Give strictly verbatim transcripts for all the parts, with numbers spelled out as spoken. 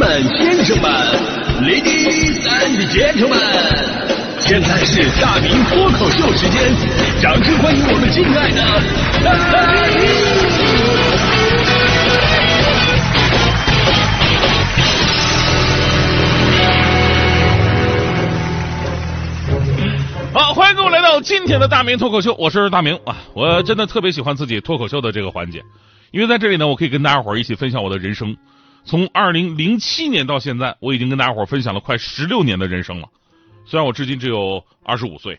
们、先生们 ，Ladies and Gentlemen， 现在是大明脱口秀时间，掌声欢迎我们敬爱的大明！ 好，欢迎各位来到今天的大明脱口秀，我是大明啊！我真的特别喜欢自己脱口秀的这个环节，因为在这里呢，我可以跟大家伙儿一起分享我的人生。从二零零七年到现在，我已经跟大家伙儿分享了快十六年的人生了。虽然我至今只有二十五岁，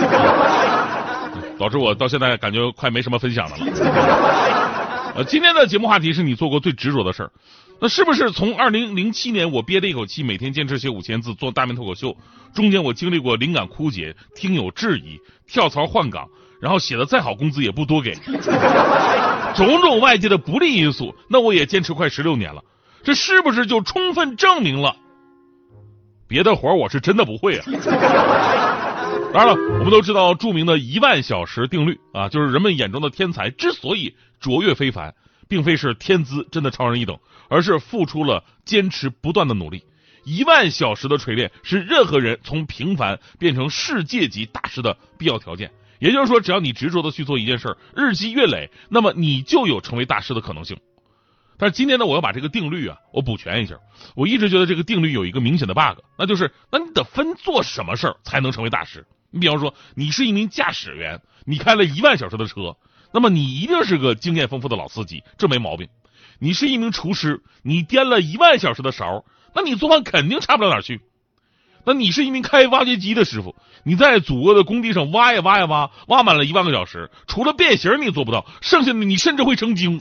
导致我到现在感觉快没什么分享的了。呃，今天的节目话题是你做过最执着的事儿。那是不是从二零零七年我憋着一口气，每天坚持写五千字做大明脱口秀，中间我经历过灵感枯竭、听友质疑、跳槽换岗，然后写的再好工资也不多给，种种外界的不利因素，那我也坚持快十六年了。这是不是就充分证明了别的活我是真的不会啊？当然了，我们都知道著名的一万小时定律啊，就是人们眼中的天才之所以卓越非凡，并非是天资真的超人一等，而是付出了坚持不断的努力。一万小时的锤炼是任何人从平凡变成世界级大师的必要条件。也就是说，只要你执着的去做一件事，日积月累，那么你就有成为大师的可能性。但是今天呢，我要把这个定律啊，我补全一下。我一直觉得这个定律有一个明显的 bug， 那就是，那你得分做什么事儿才能成为大师。你比方说，你是一名驾驶员，你开了一万小时的车，那么你一定是个经验丰富的老司机，这没毛病。你是一名厨师，你颠了一万小时的勺，那你做饭肯定差不了哪儿去。那你是一名开挖掘机的师傅，你在祖国的工地上挖呀挖呀挖，挖满了一万个小时，除了变形你做不到，剩下的你甚至会成精。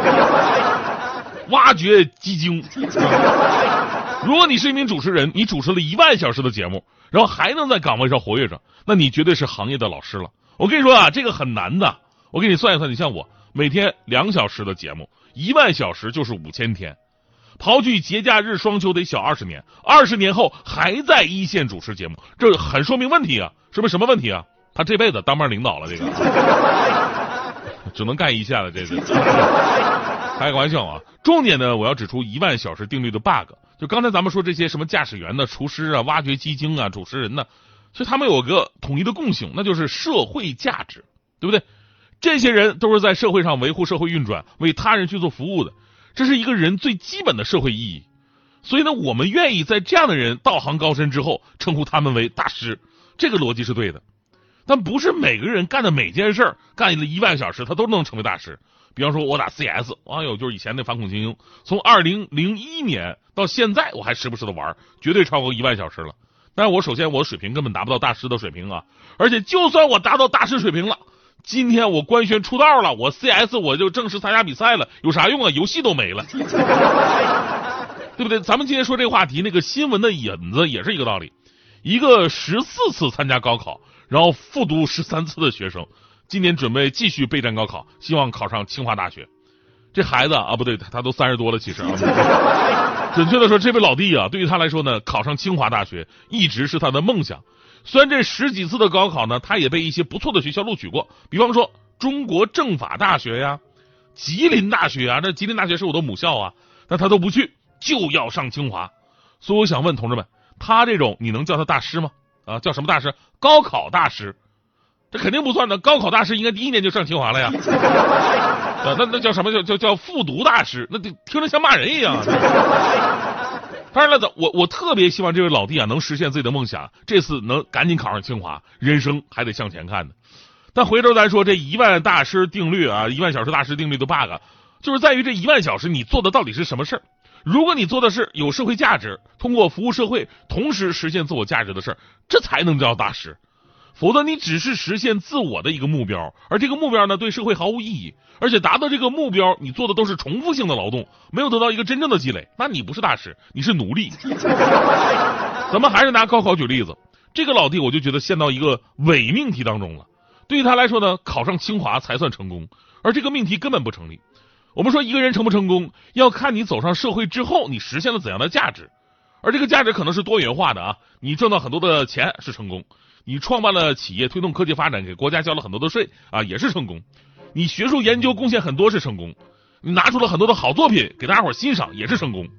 挖掘机精。如果你是一名主持人，你主持了一万小时的节目，然后还能在岗位上活跃着，那你绝对是行业的老师了。我跟你说啊，这个很难的。我给你算一算，你像我每天两小时的节目，一万小时就是五千天，刨去节假日双休得小二十年，二十年后还在一线主持节目，这很说明问题啊。说明什么问题啊？他这辈子当不上领导了，这个只能干一下了，这是开个玩笑啊。重点呢，我要指出一万小时定律的 bug。就刚才咱们说这些什么驾驶员的、厨师啊、挖掘机精啊、主持人呢，其实他们有个统一的共性，那就是社会价值，对不对？这些人都是在社会上维护社会运转，为他人去做服务的，这是一个人最基本的社会意义。所以呢，我们愿意在这样的人道行高深之后，称呼他们为大师，这个逻辑是对的。但不是每个人干的每件事儿，干了一万小时，他都能成为大师。比方说我打 C S， 网友就是以前那反恐精英，从二零零一年到现在，我还时不时的玩，绝对超过一万小时了。但是我首先我水平根本达不到大师的水平啊，而且就算我达到大师水平了，今天我官宣出道了，我 C S 我就正式参加比赛了，有啥用啊？游戏都没了，对不对？咱们今天说这个话题，那个新闻的引子也是一个道理。一个十四次参加高考，然后复读十三次的学生，今年准备继续备战高考，希望考上清华大学。这孩子啊，不对，他都三十多了，其实啊，准确的说，这位老弟啊，对于他来说呢，考上清华大学一直是他的梦想。虽然这十几次的高考呢，他也被一些不错的学校录取过，比方说中国政法大学呀、吉林大学啊，这吉林大学是我的母校啊，但他都不去，就要上清华。所以我想问同志们，他这种你能叫他大师吗？啊，叫什么大师？高考大师。这肯定不算的，高考大师应该第一年就上清华了呀。啊、那那叫什么？叫叫叫复读大师？那听着像骂人一样。当然了，我我特别希望这位老弟啊能实现自己的梦想，这次能赶紧考上清华，人生还得向前看的。但回头咱说这一万大师定律啊，一万小时大师定律的 bug， 就是在于这一万小时你做的到底是什么事儿。如果你做的是有社会价值，通过服务社会同时实现自我价值的事儿，这才能叫大师。否则你只是实现自我的一个目标，而这个目标呢对社会毫无意义，而且达到这个目标你做的都是重复性的劳动，没有得到一个真正的积累，那你不是大师，你是奴隶。咱们还是拿高考举例子，这个老弟我就觉得陷到一个伪命题当中了。对于他来说呢，考上清华才算成功，而这个命题根本不成立。我们说一个人成不成功，要看你走上社会之后你实现了怎样的价值，而这个价值可能是多元化的啊，你挣到很多的钱是成功，你创办了企业，推动科技发展，给国家交了很多的税啊，也是成功。你学术研究贡献很多是成功，你拿出了很多的好作品给大家伙欣赏也是成功。推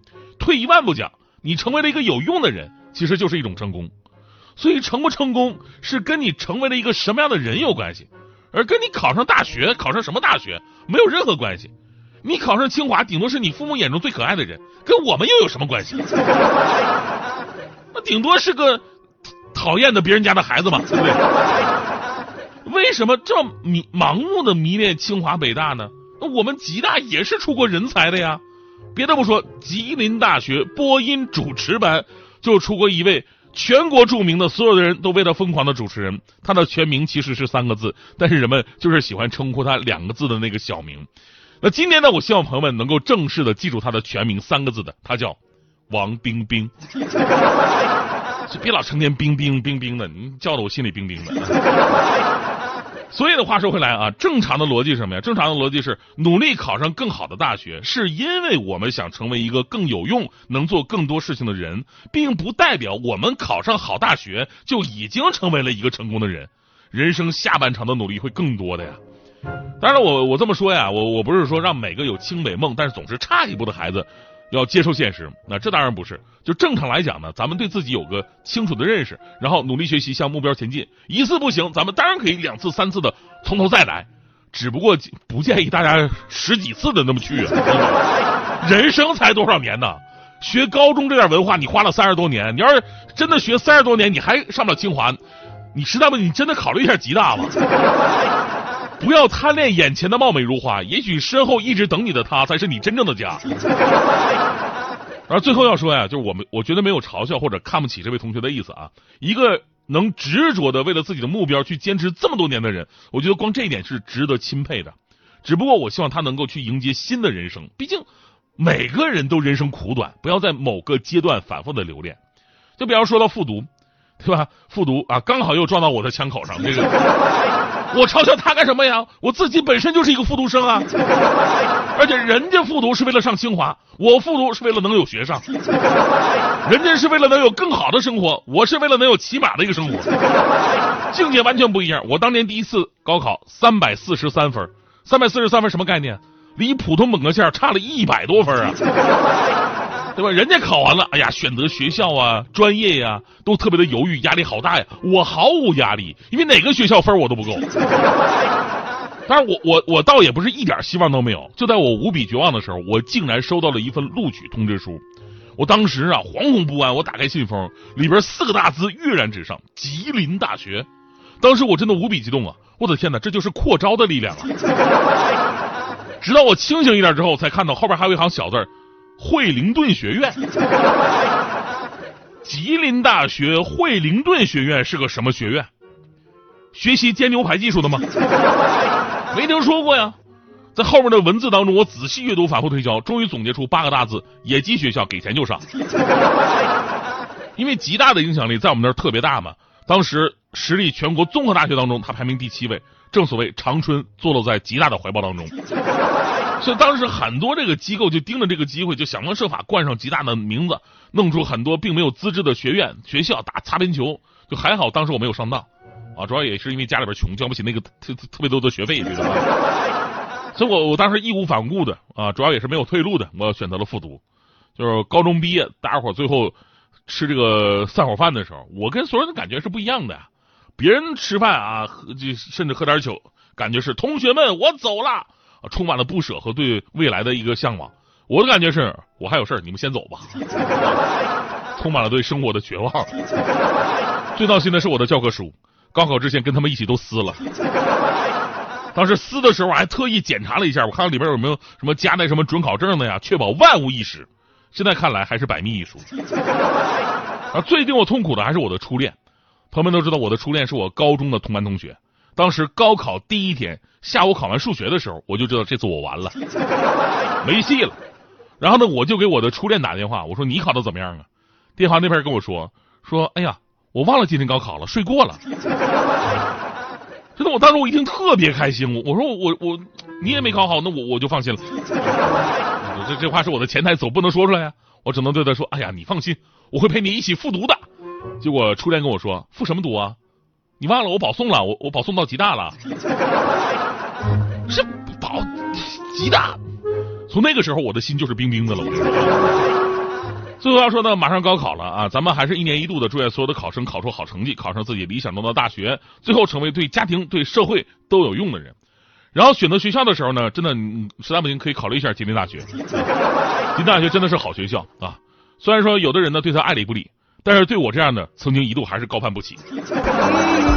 退一万步讲，你成为了一个有用的人，其实就是一种成功。所以成不成功是跟你成为了一个什么样的人有关系，而跟你考上大学考上什么大学没有任何关系。你考上清华顶多是你父母眼中最可爱的人，跟我们又有什么关系？那顶多是个讨厌的别人家的孩子嘛，对不对？为什么这么迷盲目的迷恋清华北大呢？那我们吉大也是出过人才的呀。别的不说，吉林大学播音主持班就出过一位全国著名的，所有的人都为他疯狂的主持人。他的全名其实是三个字，但是人们就是喜欢称呼他两个字的那个小名。那今天呢，我希望朋友们能够正式的记住他的全名，三个字的，他叫王冰冰。就别老成天冰冰冰冰的，你叫得我心里冰冰的。所以的话说回来啊，正常的逻辑是什么呀？正常的逻辑是努力考上更好的大学，是因为我们想成为一个更有用、能做更多事情的人，并不代表我们考上好大学就已经成为了一个成功的人。人生下半场的努力会更多的呀。当然了，我我这么说呀，我我不是说让每个有清北梦但是总是差一步的孩子要接受现实，那这当然不是。就正常来讲呢，咱们对自己有个清楚的认识，然后努力学习，向目标前进。一次不行，咱们当然可以两次、三次的从头再来，只不过不建议大家十几次的那么去啊。人生才多少年呢？学高中这点文化，你花了三十多年，你要是真的学三十多年，你还上不了清华，你实在不，你真的考虑一下吉大吧。不要贪恋眼前的貌美如花，也许身后一直等你的他才是你真正的家。而最后要说呀，就是我们我觉得没有嘲笑或者看不起这位同学的意思啊。一个能执着的为了自己的目标去坚持这么多年的人，我觉得光这一点是值得钦佩的。只不过我希望他能够去迎接新的人生，毕竟每个人都人生苦短，不要在某个阶段反复的留恋。就比方说到复读，对吧？复读啊，刚好又撞到我的枪口上，这个我嘲笑他干什么呀？我自己本身就是一个复读生啊，而且人家复读是为了上清华，我复读是为了能有学上，人家是为了能有更好的生活，我是为了能有起码的一个生活，境界完全不一样。我当年第一次高考三百四十三分，三百四十三分什么概念？离普通本科线差了一百多分啊，对吧？人家考完了，哎呀，选择学校啊、专业呀、啊，都特别的犹豫，压力好大呀。我毫无压力，因为哪个学校分我都不够。当然我，我我我倒也不是一点希望都没有。就在我无比绝望的时候，我竟然收到了一份录取通知书。我当时啊，惶恐不安。我打开信封，里边四个大字跃然纸上：吉林大学。当时我真的无比激动啊！我的天哪，这就是扩招的力量啊！直到我清醒一点之后，才看到后边还有一行小字：惠灵顿学院。吉林大学惠灵顿学院是个什么学院？学习煎牛排技术的吗？没听说过呀。在后面的文字当中，我仔细阅读，反复推敲，终于总结出八个大字：野鸡学校，给钱就上。因为吉大的影响力在我们那儿特别大嘛，当时实力全国综合大学当中，它排名第七位。正所谓长春坐落在吉大的怀抱当中，所以当时很多这个机构就盯着这个机会，就想方设法冠上吉大的名字，弄出很多并没有资质的学院学校打擦边球。就还好当时我没有上当啊，主要也是因为家里边穷，交不起那个特特别多的学费，知道吧？所以我我当时义无反顾的啊，主要也是没有退路的，我选择了复读。就是高中毕业，大家伙最后吃这个散伙饭的时候，我跟所有人的感觉是不一样的呀。别人吃饭啊，就甚至喝点酒，感觉是同学们我走了，充满了不舍和对未来的一个向往。我的感觉是我还有事儿，你们先走吧，充满了对生活的绝望。最闹心的是我的教科书，高考之前跟他们一起都撕了。当时撕的时候还特意检查了一下，我看看里边有没有什么加那什么准考证的呀，确保万无一失。现在看来还是百密一疏。而最令我痛苦的还是我的初恋。朋友们都知道，我的初恋是我高中的同班同学。当时高考第一天下午考完数学的时候，我就知道这次我完了，没戏了。然后呢，我就给我的初恋打电话，我说你考的怎么样啊？电话那边跟我说说，哎呀，我忘了今天高考了，睡过了。真的，我当时我一听特别开心，我我说我我你也没考好，那我我就放心了。这这话是我的潜台词，我不能说出来呀，我只能对他说，哎呀，你放心，我会陪你一起复读的。结果初恋跟我说，复什么读啊？你忘了我保送了，我我保送到吉大了。是保吉大？从那个时候我的心就是冰冰的了。 最后要说呢，马上高考了啊，咱们还是一年一度的祝愿所有的考生考出好成绩，考上自己理想中的大学，最后成为对家庭、对社会都有用的人。然后选择学校的时候呢，真的你实在不行可以考虑一下吉林大学。吉林大学真的是好学校啊，虽然说有的人呢对他爱理不理，但是对我这样的曾经一度还是高攀不起。